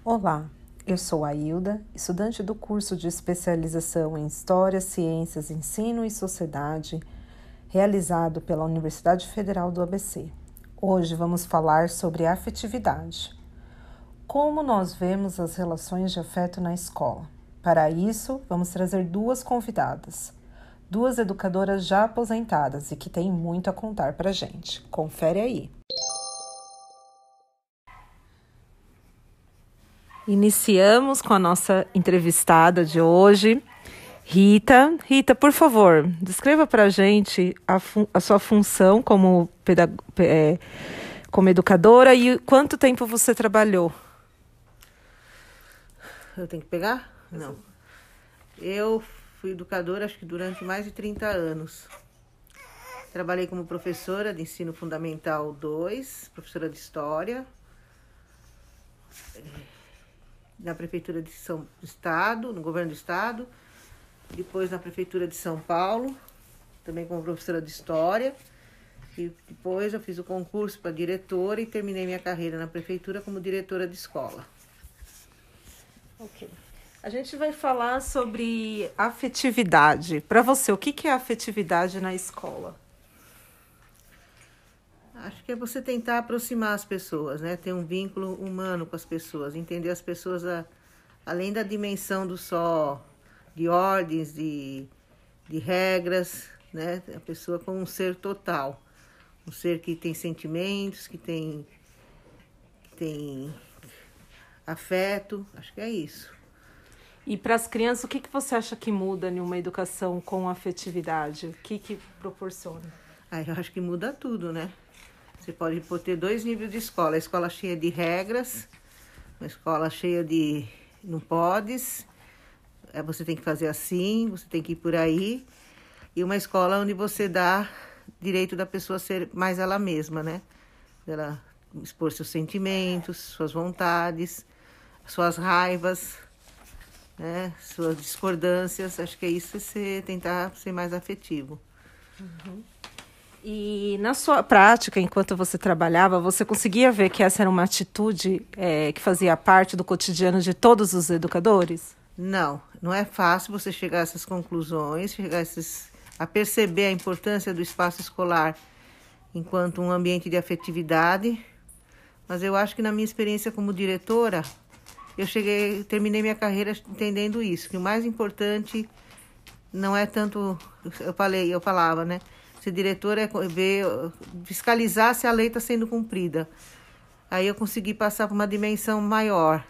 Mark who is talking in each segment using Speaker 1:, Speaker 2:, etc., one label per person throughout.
Speaker 1: Olá, eu sou a Hilda, estudante do curso de especialização em História, Ciências, Ensino e Sociedade, realizado pela Universidade Federal do ABC. Hoje vamos falar sobre afetividade. Como nós vemos as relações de afeto na escola? Para isso, vamos trazer duas convidadas, duas educadoras já aposentadas e que têm muito a contar para a gente. Confere aí. Iniciamos com a nossa entrevistada de hoje, Rita. Rita, por favor, descreva para a gente a sua função como educadora e quanto tempo você trabalhou.
Speaker 2: Eu tenho que pegar? Não. Eu fui educadora, acho que durante mais de 30 anos. Trabalhei como professora de ensino fundamental 2, professora de história, na prefeitura de São Estado, no governo do estado, depois na prefeitura de São Paulo, também como professora de história, e depois eu fiz o concurso para diretora e terminei minha carreira na prefeitura como diretora de escola.
Speaker 1: Ok. A gente vai falar sobre afetividade. Para você, o que é afetividade na escola?
Speaker 2: Acho que é você tentar aproximar as pessoas, né? Ter um vínculo humano com as pessoas, entender as pessoas além da dimensão do só, de ordens, de regras, né? A pessoa como um ser total, um ser que tem sentimentos, que tem afeto, acho que é isso.
Speaker 1: E para as crianças, o que você acha que muda em uma educação com afetividade? O que proporciona?
Speaker 2: Eu acho que muda tudo, né? Você pode ter 2 níveis de escola. A escola cheia de regras, uma escola cheia de não podes, você tem que fazer assim, você tem que ir por aí. E uma escola onde você dá direito da pessoa ser mais ela mesma, né? Ela expor seus sentimentos, suas vontades, suas raivas, né? Suas discordâncias. Acho que é isso, você tentar ser mais afetivo.
Speaker 1: Uhum. E na sua prática, enquanto você trabalhava, você conseguia ver que essa era uma atitude que fazia parte do cotidiano de todos os educadores?
Speaker 2: Não é fácil você chegar a essas conclusões, a perceber a importância do espaço escolar enquanto um ambiente de afetividade, mas eu acho que na minha experiência como diretora, terminei minha carreira entendendo isso, que o mais importante não é tanto, eu falava, né? Ser diretora é fiscalizar se a lei está sendo cumprida. Aí eu consegui passar para uma dimensão maior.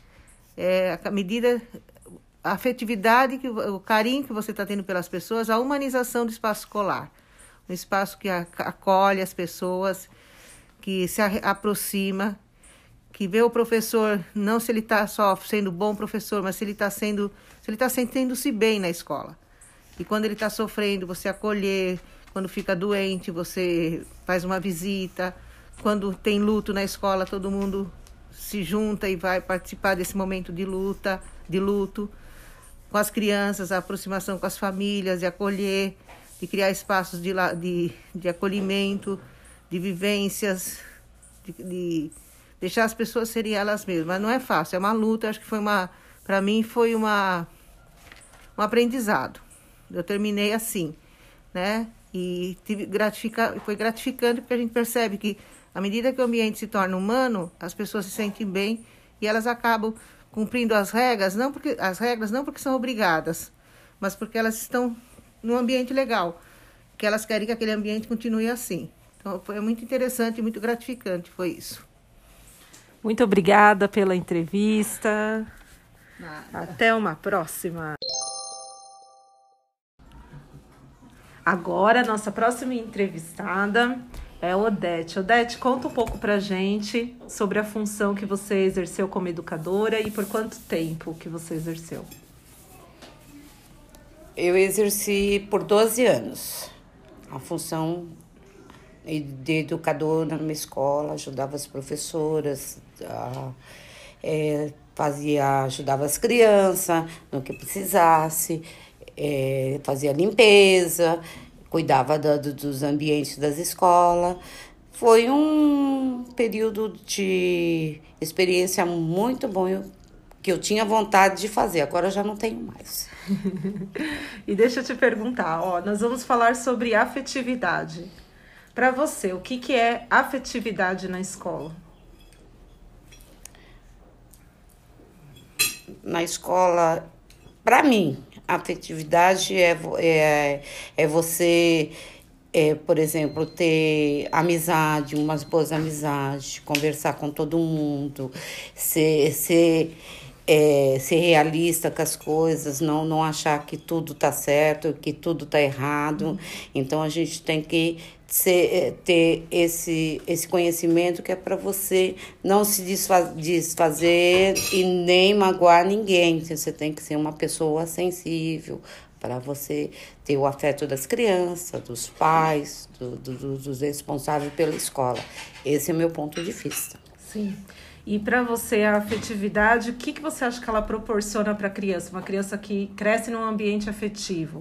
Speaker 2: A afetividade, o carinho que você está tendo pelas pessoas, a humanização do espaço escolar. Um espaço que acolhe as pessoas, que se aproxima, que vê o professor, não se ele está só sendo bom professor, mas se ele está sentindo-se bem na escola. E quando ele está sofrendo, você acolher. Quando fica doente, você faz uma visita. Quando tem luto na escola, todo mundo se junta e vai participar desse momento de luto. Com as crianças, a aproximação com as famílias, de acolher, de criar espaços de acolhimento, de vivências, de deixar as pessoas serem elas mesmas. Mas não é fácil, é uma luta. Acho que para mim foi um aprendizado. Eu terminei assim, né? E foi gratificante porque a gente percebe que, à medida que o ambiente se torna humano, as pessoas se sentem bem e elas acabam cumprindo as regras não porque são obrigadas, mas porque elas estão num ambiente legal, que elas querem que aquele ambiente continue assim. Então, foi muito interessante e muito gratificante, foi isso.
Speaker 1: Muito obrigada pela entrevista.
Speaker 2: Nada.
Speaker 1: Até uma próxima. Agora, nossa próxima entrevistada é a Odete. Odete, conta um pouco pra gente sobre a função que você exerceu como educadora e por quanto tempo que você exerceu.
Speaker 3: Eu exerci por 12 anos a função de educadora numa escola, ajudava as professoras, ajudava as crianças no que precisasse, fazia limpeza, cuidava dos ambientes das escolas, Foi um período de experiência muito bom que eu tinha vontade de fazer, agora eu já não tenho mais.
Speaker 1: E deixa eu te perguntar, nós vamos falar sobre afetividade. Para você, o que é afetividade na escola?
Speaker 3: Na escola, para mim, afetividade é você... por exemplo, ter amizade, umas boas amizades, conversar com todo mundo, ser realista com as coisas, não achar que tudo está certo, que tudo está errado. Então, a gente tem que ter esse conhecimento que é para você não se desfazer e nem magoar ninguém. Você tem que ser uma pessoa sensível, para você ter o afeto das crianças, dos pais, dos responsáveis pela escola. Esse é o meu ponto de vista.
Speaker 1: Sim. E para você, a afetividade, o que você acha que ela proporciona para a criança? Uma criança que cresce num ambiente afetivo.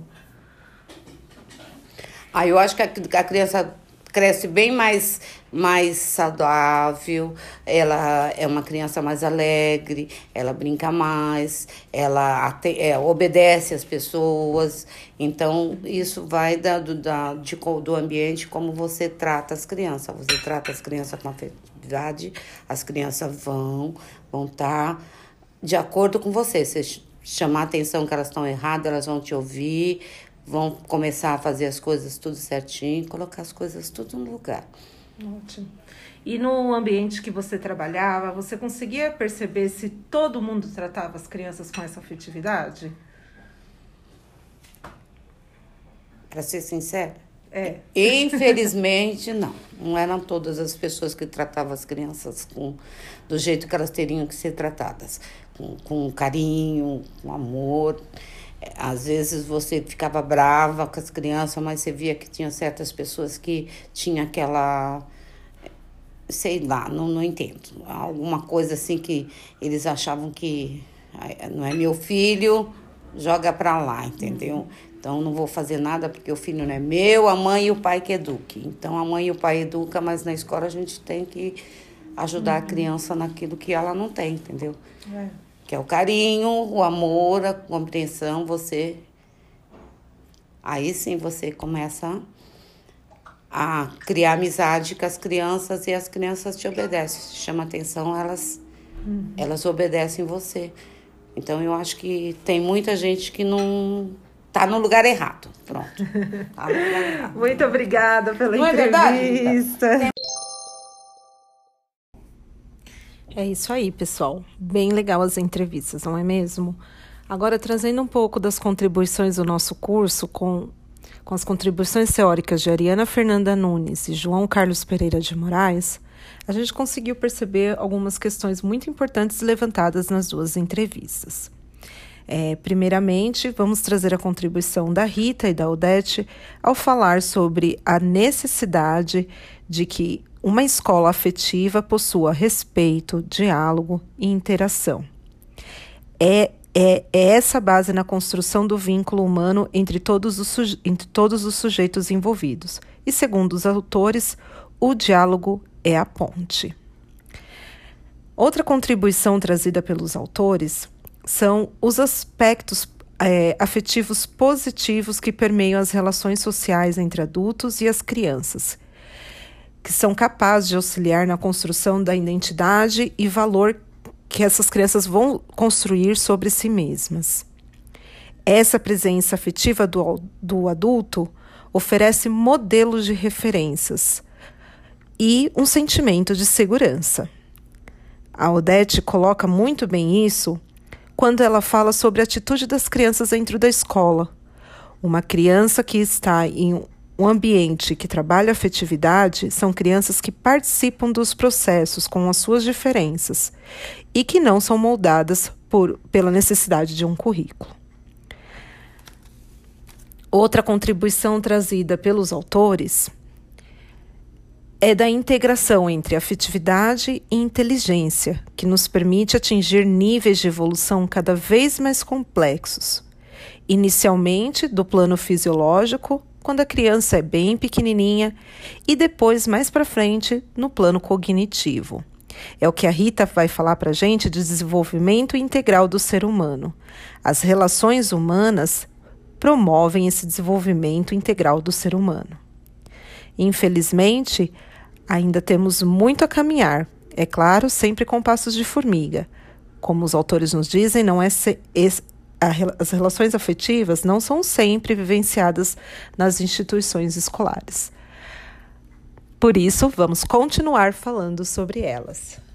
Speaker 3: Eu acho que a criança cresce bem mais saudável, ela é uma criança mais alegre, ela brinca mais, ela obedece às pessoas. Então, isso vai do ambiente, como você trata as crianças. Você trata as crianças com afetividade, as crianças vão estar de acordo com você. Se chamar a atenção que elas estão erradas, elas vão te ouvir, vão começar a fazer as coisas tudo certinho, colocar as coisas tudo no lugar.
Speaker 1: Ótimo. E no ambiente que você trabalhava, você conseguia perceber se todo mundo tratava as crianças com essa afetividade?
Speaker 3: Para ser sincera?
Speaker 1: Infelizmente,
Speaker 3: não. Não eram todas as pessoas que tratavam as crianças do jeito que elas teriam que ser tratadas. Com carinho, com amor. Às vezes você ficava brava com as crianças, mas você via que tinha certas pessoas que tinham aquela... Sei lá, não entendo. Alguma coisa assim que eles achavam que não é meu filho, joga pra lá, entendeu? Então, não vou fazer nada porque o filho não é meu, a mãe e o pai que eduquem. Então, a mãe e o pai educam, mas na escola a gente tem que ajudar a criança naquilo que ela não tem, entendeu? Que é o carinho, o amor, a compreensão, aí sim você começa a criar amizade com as crianças e as crianças te obedecem. Se chama atenção, elas obedecem você. Então, eu acho que tem muita gente que não tá no lugar errado. Pronto. Tá no lugar errado.
Speaker 1: Muito obrigada pela
Speaker 3: não
Speaker 1: entrevista.
Speaker 3: É verdade?
Speaker 1: É isso aí, pessoal. Bem legal as entrevistas, não é mesmo? Agora, trazendo um pouco das contribuições do nosso curso com as contribuições teóricas de Ariana Fernanda Nunes e João Carlos Pereira de Moraes, a gente conseguiu perceber algumas questões muito importantes levantadas nas duas entrevistas. Primeiramente, vamos trazer a contribuição da Rita e da Odete ao falar sobre a necessidade de que uma escola afetiva possua respeito, diálogo e interação. É essa base na construção do vínculo humano entre todos os sujeitos envolvidos. E, segundo os autores, o diálogo é a ponte. Outra contribuição trazida pelos autores são os aspectos afetivos positivos que permeiam as relações sociais entre adultos e as crianças, que são capazes de auxiliar na construção da identidade e valor que essas crianças vão construir sobre si mesmas. Essa presença afetiva do adulto oferece modelos de referências e um sentimento de segurança. A Odete coloca muito bem isso quando ela fala sobre a atitude das crianças dentro da escola. Uma criança que está em um ambiente que trabalha a afetividade são crianças que participam dos processos com as suas diferenças e que não são moldadas pela necessidade de um currículo. Outra contribuição trazida pelos autores é da integração entre afetividade e inteligência, que nos permite atingir níveis de evolução cada vez mais complexos, inicialmente do plano fisiológico, quando a criança é bem pequenininha, e depois, mais para frente, no plano cognitivo. É o que a Rita vai falar para a gente de desenvolvimento integral do ser humano. As relações humanas promovem esse desenvolvimento integral do ser humano. Infelizmente, ainda temos muito a caminhar, é claro, sempre com passos de formiga. Como os autores nos dizem, as relações afetivas não são sempre vivenciadas nas instituições escolares. Por isso, vamos continuar falando sobre elas.